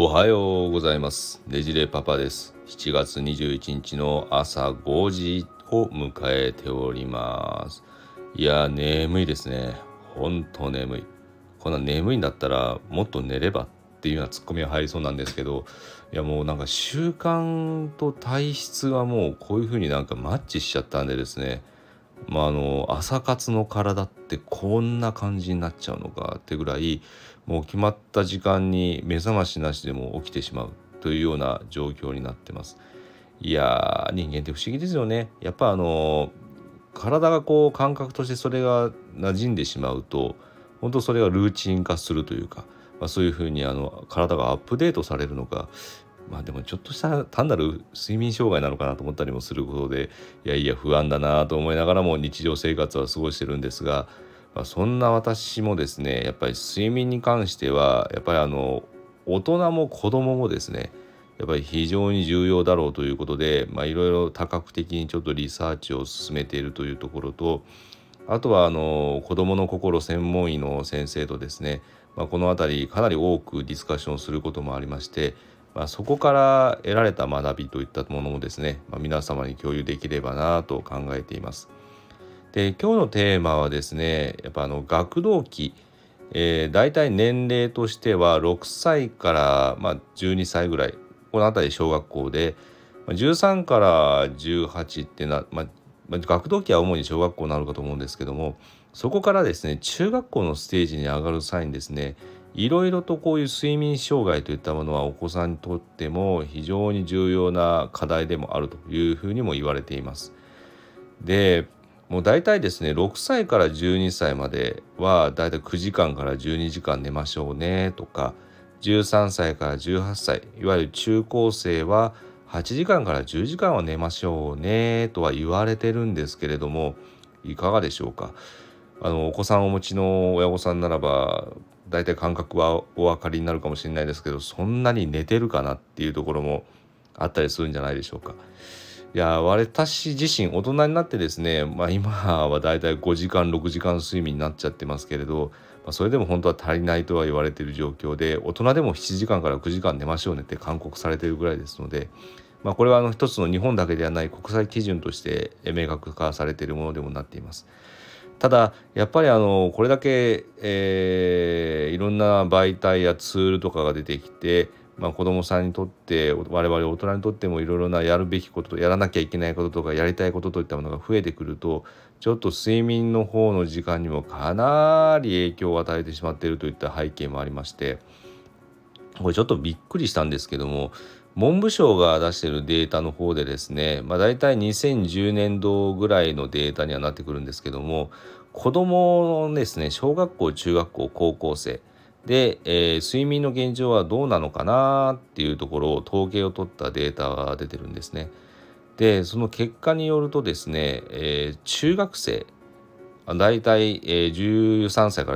おはようございます。ねじれパパです。7月21日の朝5時を迎えております。いや、眠いですね。ほんと眠い。こんな眠いんだったらもっと寝ればっていうようなツッコミが入りそうなんですけど、いやもうなんか習慣と体質がもうこういう風になんかマッチしちゃったんでですね、朝活の体ってこんな感じになっちゃうのかってぐらい、もう決まった時間に目覚ましなしでも起きてしまうというような状況になってます。いやー、人間って不思議ですよね。やっぱ体がこう感覚としてそれが馴染んでしまうと、本当それがルーチン化するというか、そういうふうに体がアップデートされるのか、でもちょっとした単なる睡眠障害なのかなと思ったりもすることで、いやいや不安だなと思いながらも日常生活は過ごしてるんですが、そんな私もですね、やっぱり睡眠に関してはやっぱり大人も子供もですね、やっぱり非常に重要だろうということで、いろいろ多角的にちょっとリサーチを進めているというところと、あとは子どもの心専門医の先生とですね、このあたりかなり多くディスカッションすることもありまして、そこから得られた学びといったものもですね、皆様に共有できればなと考えています。で、今日のテーマはですね、やっぱ学童期、大体年齢としては6歳から、12歳ぐらい、このあたり小学校で、13から18ってな、学童期は主に小学校になるかと思うんですけども、そこからですね、中学校のステージに上がる際にですね、いろいろとこういう睡眠障害といったものはお子さんにとっても非常に重要な課題でもあるというふうにも言われています。で、もう大体ですね、6歳から12歳までは大体9時間から12時間寝ましょうねとか、13歳から18歳、いわゆる中高生は8時間から10時間は寝ましょうねとは言われてるんですけれども、いかがでしょうか。お子さんをお持ちの親御さんならば、大体感覚はお分かりになるかもしれないですけど、そんなに寝てるかなっていうところもあったりするんじゃないでしょうか。いや、私自身大人になってですね、今はだいたい5時間6時間睡眠になっちゃってますけれど、それでも本当は足りないとは言われている状況で、大人でも7時間から9時間寝ましょうねって勧告されているぐらいですので、これは一つの日本だけではない国際基準として明確化されているものでもなっています。ただやっぱりこれだけ、いろんな媒体やツールとかが出てきて、子どもさんにとって我々大人にとってもいろいろなやるべきこととやらなきゃいけないこととかやりたいことといったものが増えてくると、ちょっと睡眠の方の時間にもかなり影響を与えてしまっているといった背景もありまして、これちょっとびっくりしたんですけども、文部省が出しているデータの方でですね、だいたい2010年度ぐらいのデータにはなってくるんですけども、子どものですね、小学校、中学校、高校生で、睡眠の現状はどうなのかなっていうところを統計を取ったデータが出てるんですね。で、その結果によるとですね、中学生、だいたい13歳から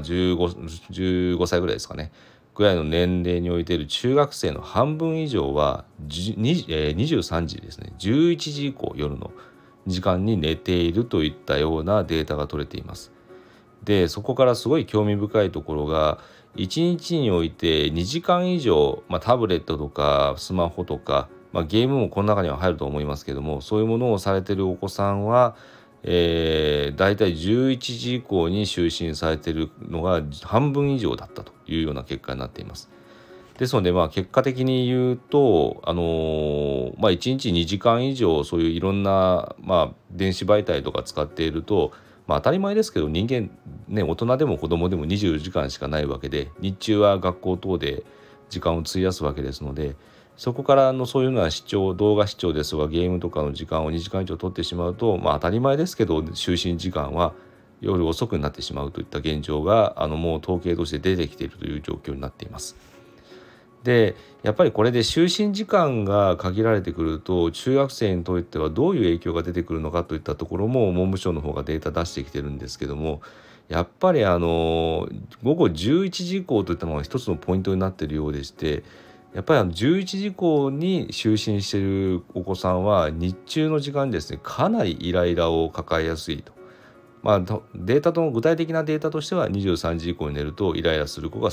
、15歳ぐらいですかね。ぐらいの年齢においている中学生の半分以上は23時ですね、11時以降、夜の時間に寝ているといったようなデータが取れています。で、そこからすごい興味深いところが、1日において2時間以上、タブレットとかスマホとか、ゲームもこの中には入ると思いますけども、そういうものをされているお子さんは、だいたい11時以降に就寝されているのが半分以上だったというような結果になっています。ですので、結果的に言うと、1日2時間以上そういういろんな、電子媒体とか使っていると、当たり前ですけど人間、ね、大人でも子供でも24時間しかないわけで、日中は学校等で時間を費やすわけですので、そこからそういうような動画視聴ですとかゲームとかの時間を2時間以上取ってしまうと、当たり前ですけど就寝時間は夜遅くになってしまうといった現状がもう統計として出てきているという状況になっています。で、やっぱりこれで就寝時間が限られてくると、中学生にとってはどういう影響が出てくるのかといったところも文部省の方がデータ出してきてるんですけども、やっぱり午後11時以降といったのが一つのポイントになっているようでして、やっぱり11時以降に就寝しているお子さんは日中の時間にですね、かなりイライラを抱えやすいとデータと具体的なデータとしては23時以降に寝るとイライラする子が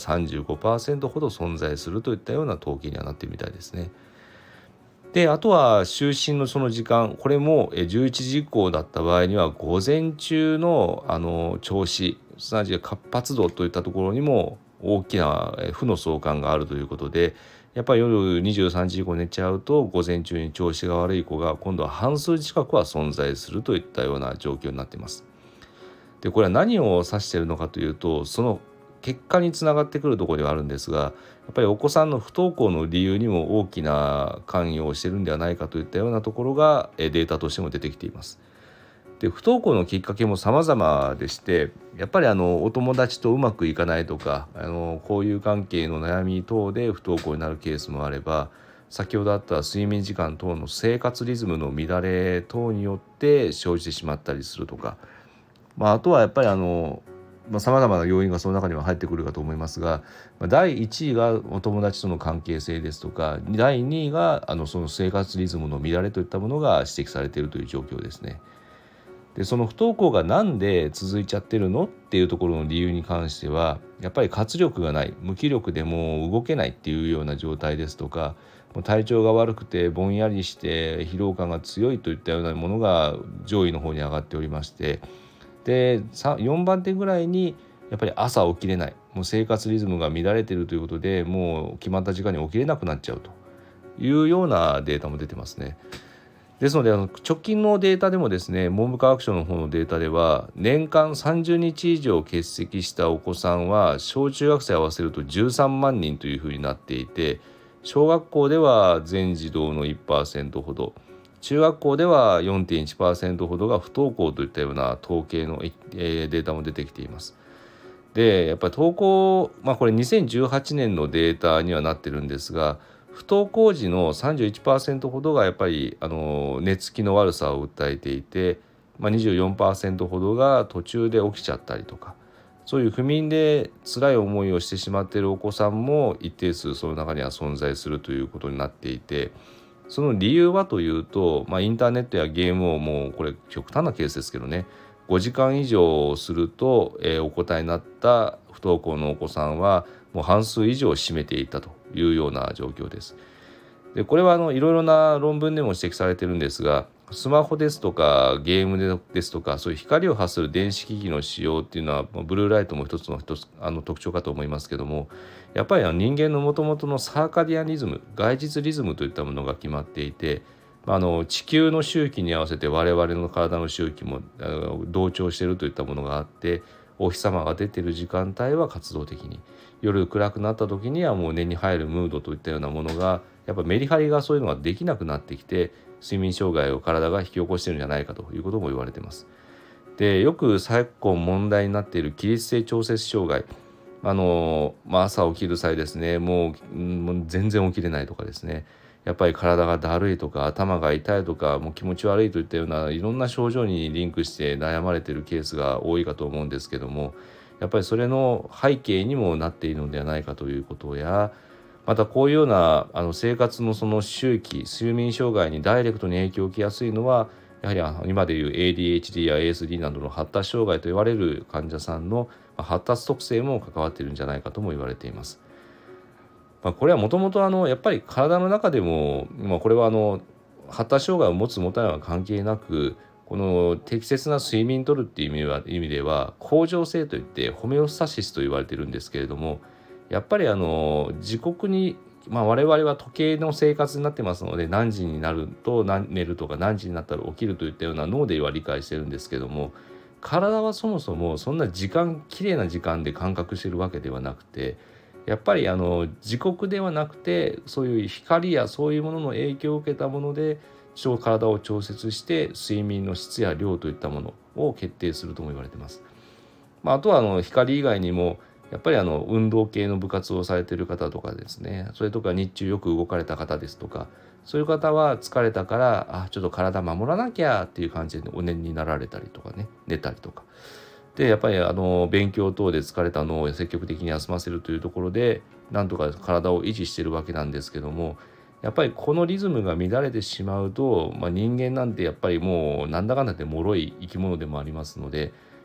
35% ほど存在するといったような統計にはなっているみたいですね。であとは就寝のその時間、これも11時以降だった場合には午前中の調子、すなわち活発度といったところにも大きな負の相関があるということで、やっぱり夜23時以降寝ちゃうと午前中に調子が悪い子が今度は半数近くは存在するといったような状況になっています。でこれは何を指しているのかというと、その結果につながってくるところではあるんですが、やっぱりお子さんの不登校の理由にも大きな関与をしているんではないかといったようなところがデータとしても出てきています。で不登校のきっかけも様々でして、やっぱりお友達とうまくいかないとか交友関係の悩み等で不登校になるケースもあれば、先ほどあった睡眠時間等の生活リズムの乱れ等によって生じてしまったりするとか、あとはやっぱりさまざまな要因がその中には入ってくるかと思いますが、第1位がお友達との関係性ですとか、第2位がその生活リズムの乱れといったものが指摘されているという状況ですね。でその不登校がなんで続いちゃってるのっていうところの理由に関しては、やっぱり活力がない、無気力でもう動けないっていうような状態ですとか、もう体調が悪くてぼんやりして疲労感が強いといったようなものが上位の方に上がっておりまして、で4番手ぐらいにやっぱり朝起きれない、もう生活リズムが乱れているということで、もう決まった時間に起きれなくなっちゃうというようなデータも出てますね。ですので直近のデータでもですね、文部科学省の方のデータでは年間30日以上欠席したお子さんは小中学生合わせると13万人というふうになっていて、小学校では全児童の 1% ほど、中学校では 4.1% ほどが不登校といったような統計のデータも出てきています。でやっぱり登校、これ2018年のデータにはなってるんですが、不登校時の 31% ほどがやっぱり寝つきの悪さを訴えていて、24% ほどが途中で起きちゃったりとか、そういう不眠で辛い思いをしてしまっているお子さんも一定数その中には存在するということになっていて、その理由はというと、インターネットやゲームをもうこれ極端なケースですけどね、5時間以上すると、お答えになった不登校のお子さんはもう半数以上を占めていたというような状況です。でこれはいろいろな論文でも指摘されているんですが、スマホですとかゲームですとか、そういう光を発する電子機器の使用っていうのはブルーライトも一つ特徴かと思いますけども、やっぱり人間のもともとのサーカディアンリズム、外日リズムといったものが決まっていて、地球の周期に合わせて我々の体の周期も同調しているといったものがあって、お日様が出ている時間帯は活動的に、夜暗くなった時にはもう寝に入るムードといったようなものが、やっぱメリハリがそういうのができなくなってきて、睡眠障害を体が引き起こしているんじゃないかということも言われています。でよく昨今問題になっている起立性調節障害、朝起きる際ですね、もう全然起きれないとかですね、やっぱり体がだるいとか頭が痛いとか、もう気持ち悪いといったようないろんな症状にリンクして悩まれているケースが多いかと思うんですけども、やっぱりそれの背景にもなっているのではないかということや、またこういうような生活のその周期、睡眠障害にダイレクトに影響を受けやすいのは、やはり今でいう ADHD や ASD などの発達障害と言われる患者さんの発達特性も関わっているんじゃないかとも言われています。これはもともとやっぱり体の中でも、これは発達障害を持つ持たないは関係なく、この適切な睡眠とるっていう意味では恒常性といってホメオスタシスと言われているんですけれども、やっぱり自国に、我々は時計の生活になってますので、何時になると寝るとか、何時になったら起きるといったような脳では理解してるんですけども、体はそもそもそんな綺麗な時間で感覚してるわけではなくて、やっぱり自国ではなくて、そういう光やそういうものの影響を受けたもので体を調節して睡眠の質や量といったものを決定するとも言われています。あとは光以外にもやっぱり運動系の部活をされている方とかですね、それとか日中よく動かれた方ですとか、そういう方は疲れたからちょっと体守らなきゃっていう感じでお寝になられたりとかね、寝たりとかで、やっぱり勉強等で疲れたのを積極的に休ませるというところでなんとか体を維持しているわけなんですけども、やっぱりこのリズムが乱れてしまうと、人間なんてやっぱりもうなんだかんだで脆い生き物でもありますので、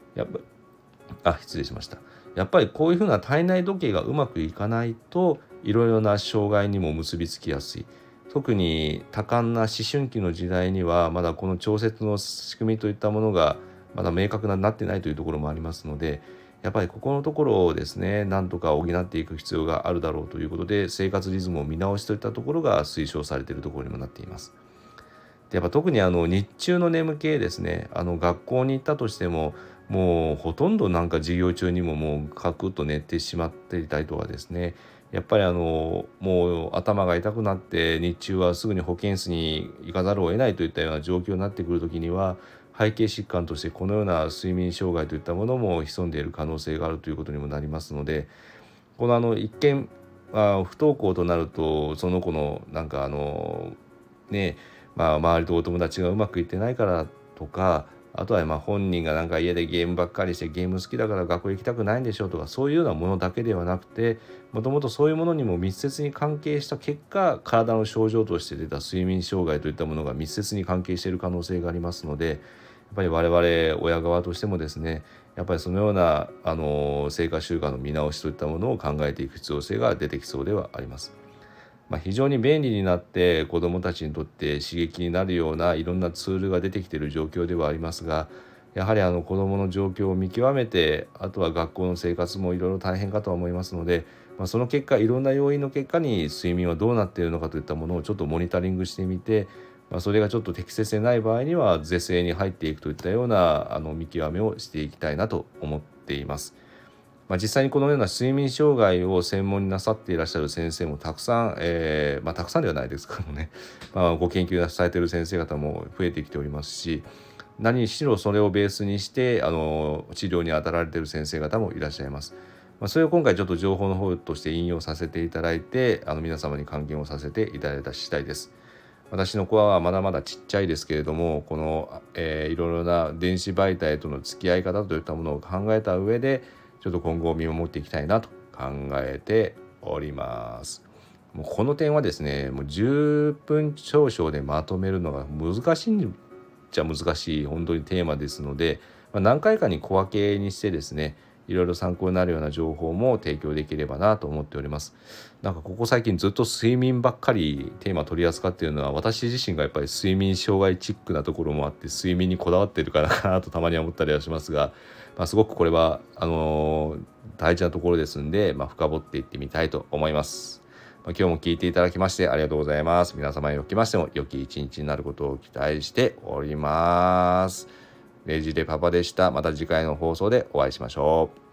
やっぱ失礼しました。やっぱりこういうふうな体内時計がうまくいかないといろいろな障害にも結びつきやすい。特に多感な思春期の時代にはまだこの調節の仕組みといったものがまだ明確になってないというところもありますので、やっぱりここのところをですね、なんとか補っていく必要があるだろうということで、生活リズムを見直しといったところが推奨されているところにもなっています。でやっぱ特に日中の眠気ですね、学校に行ったとしてももうほとんどなんか授業中にももうカクッと寝てしまっていたりとかですね、やっぱりもう頭が痛くなって日中はすぐに保健室に行かざるを得ないといったような状況になってくるときには、背景疾患としてこのような睡眠障害といったものも潜んでいる可能性があるということにもなりますので、この一見不登校となるとその子のなんかね、周りとお友達がうまくいってないからとか、あとは本人がなんか家でゲームばっかりしてゲーム好きだから学校行きたくないんでしょうとか、そういうようなものだけではなくて、もともとそういうものにも密接に関係した結果、体の症状として出た睡眠障害といったものが密接に関係している可能性がありますので、やっぱり我々親側としてもですね、やっぱりそのような生活習慣の見直しといったものを考えていく必要性が出てきそうではあります。非常に便利になって子どもたちにとって刺激になるようないろんなツールが出てきている状況ではありますが、やはり子どもの状況を見極めて、あとは学校の生活もいろいろ大変かとは思いますので、その結果いろんな要因の結果に睡眠はどうなっているのかといったものをちょっとモニタリングしてみて、それがちょっと適切でない場合には是正に入っていくといったような見極めをしていきたいなと思っています。実際にこのような睡眠障害を専門になさっていらっしゃる先生もたくさん、たくさんではないですけどもね、ご研究されている先生方も増えてきておりますし、何しろそれをベースにして治療に当たられている先生方もいらっしゃいます。それを今回ちょっと情報の方として引用させていただいて、皆様に還元をさせていただいた次第です。私の子はまだまだちっちゃいですけれども、この、いろいろな電子媒体との付き合い方といったものを考えた上で、ちょっと今後見守っていきたいなと考えております。もうこの点はですね、もう10分少々でまとめるのが難しいんじゃ難しい本当にテーマですので、何回かに小分けにしてですね、いろいろ参考になるような情報も提供できればなと思っております。なんかここ最近ずっと睡眠ばっかりテーマ取り扱っているのは、私自身がやっぱり睡眠障害チックなところもあって、睡眠にこだわっているからかなとたまには思ったりはしますが、すごくこれは大事なところですんで、深掘っていってみたいと思います。今日も聞いていただきましてありがとうございます。皆様におきましても良き一日になることを期待しております。レイジでパパでした。また次回の放送でお会いしましょう。